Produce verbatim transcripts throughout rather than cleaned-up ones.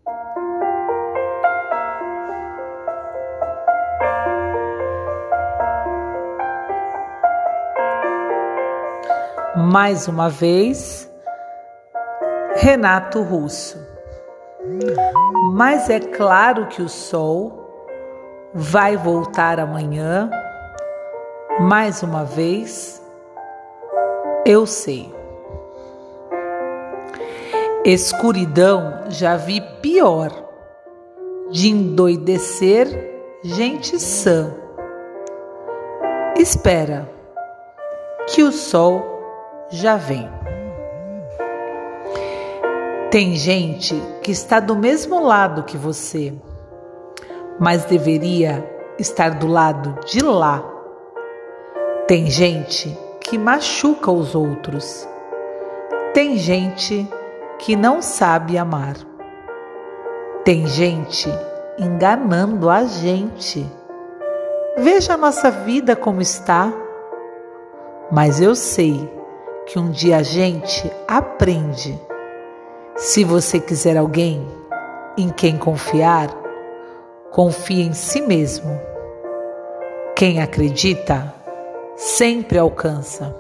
Mais uma vez, Renato Russo. Mas é claro que o sol vai voltar amanhã. Mais uma vez, eu sei. Escuridão já vi pior, de endoidecer gente sã. Espera, que o sol já vem. Tem gente que está do mesmo lado que você, mas deveria estar do lado de lá. Tem gente que machuca os outros. Tem gente que não sabe amar. Tem gente enganando a gente. Veja a nossa vida como está. Mas eu sei que um dia a gente aprende. Se você quiser alguém em quem confiar, confie em si mesmo. Quem acredita sempre alcança.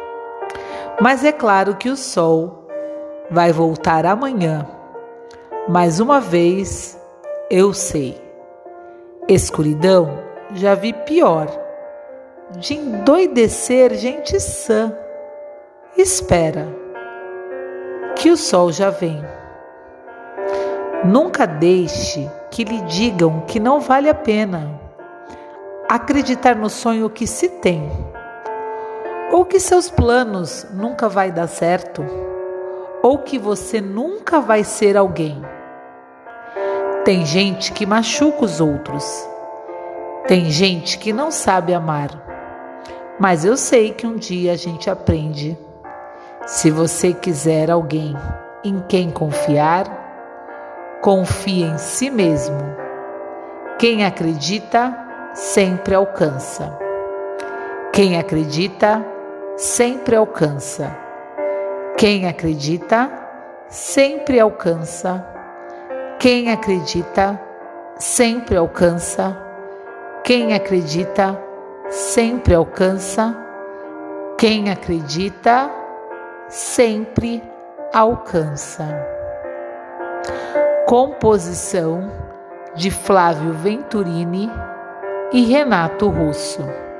Mas é claro que o sol vai voltar amanhã. Mais uma vez, eu sei. Escuridão já vi pior, de endoidecer gente sã. Espera, que o sol já vem. Nunca deixe que lhe digam que não vale a pena acreditar no sonho que se tem, ou que seus planos nunca vai dar certo, ou que você nunca vai ser alguém. Tem gente que machuca os outros. Tem gente que não sabe amar. Mas eu sei que um dia a gente aprende. Se você quiser alguém em quem confiar, confie em si mesmo. Quem acredita sempre alcança. Quem acredita sempre alcança. Quem acredita sempre alcança. Quem acredita sempre alcança. Quem acredita sempre alcança. Quem acredita sempre alcança. Composição de Flávio Venturini e Renato Russo.